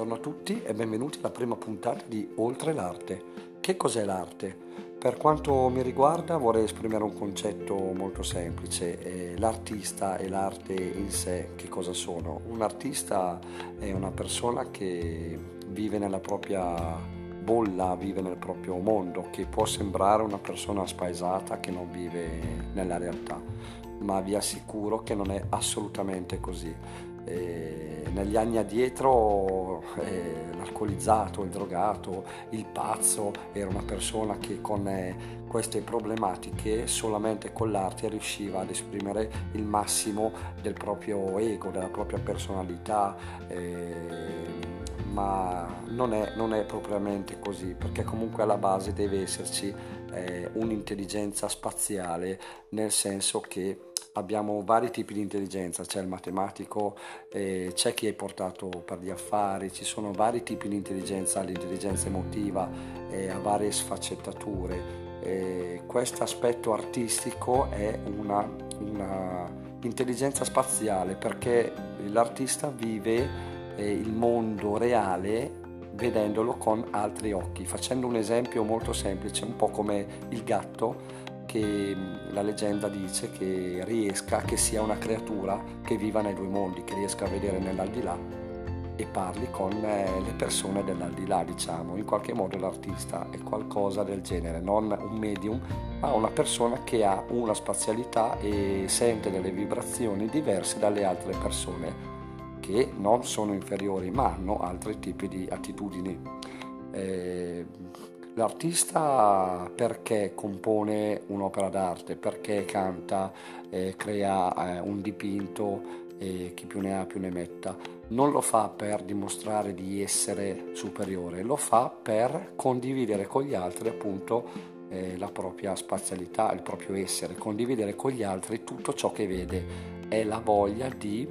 Buongiorno a tutti e benvenuti alla prima puntata di Oltre l'arte. Che cos'è l'arte? Per quanto mi riguarda vorrei esprimere un concetto molto semplice. L'artista e l'arte in sé che cosa sono? Un artista è una persona che vive nella propria bolla, vive nel proprio mondo, che può sembrare una persona spaesata che non vive nella realtà, ma vi assicuro che non è assolutamente così. Negli anni addietro l'alcolizzato, il drogato, il pazzo era una persona che con queste problematiche solamente con l'arte riusciva ad esprimere il massimo del proprio ego, della propria personalità, ma non è propriamente così, perché comunque alla base deve esserci un'intelligenza spaziale, nel senso che abbiamo vari tipi di intelligenza, c'è il matematico, c'è chi è portato per gli affari, ci sono vari tipi di intelligenza, l'intelligenza emotiva ha varie sfaccettature. Questo aspetto artistico è una intelligenza spaziale, perché l'artista vive il mondo reale vedendolo con altri occhi. Facendo un esempio molto semplice, un po' come il gatto, che la leggenda dice che sia una creatura che viva nei due mondi, che riesca a vedere nell'aldilà e parli con le persone dell'aldilà, diciamo. In qualche modo l'artista è qualcosa del genere, non un medium, ma una persona che ha una spazialità e sente delle vibrazioni diverse dalle altre persone, che non sono inferiori, ma hanno altri tipi di attitudini. L'artista perché compone un'opera d'arte, perché canta, crea un dipinto, chi più ne ha più ne metta. Non lo fa per dimostrare di essere superiore, lo fa per condividere con gli altri appunto la propria spazialità, il proprio essere, condividere con gli altri tutto ciò che vede. È la voglia di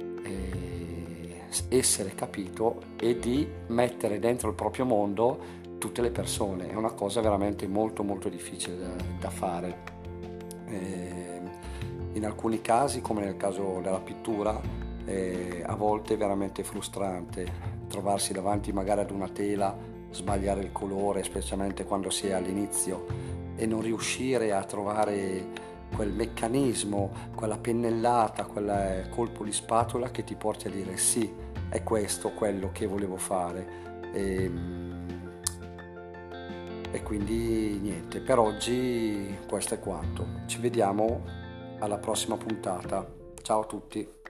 essere capito e di mettere dentro il proprio mondo tutte le persone. È una cosa veramente molto molto difficile da fare. In alcuni casi, come nel caso della pittura, a volte è veramente frustrante trovarsi davanti magari ad una tela, sbagliare il colore, specialmente quando si è all'inizio, e non riuscire a trovare quel meccanismo, quella pennellata, quel colpo di spatola che ti porti a dire sì, è questo quello che volevo fare. E quindi niente, per oggi questo è quanto. Ci vediamo alla prossima puntata. Ciao a tutti.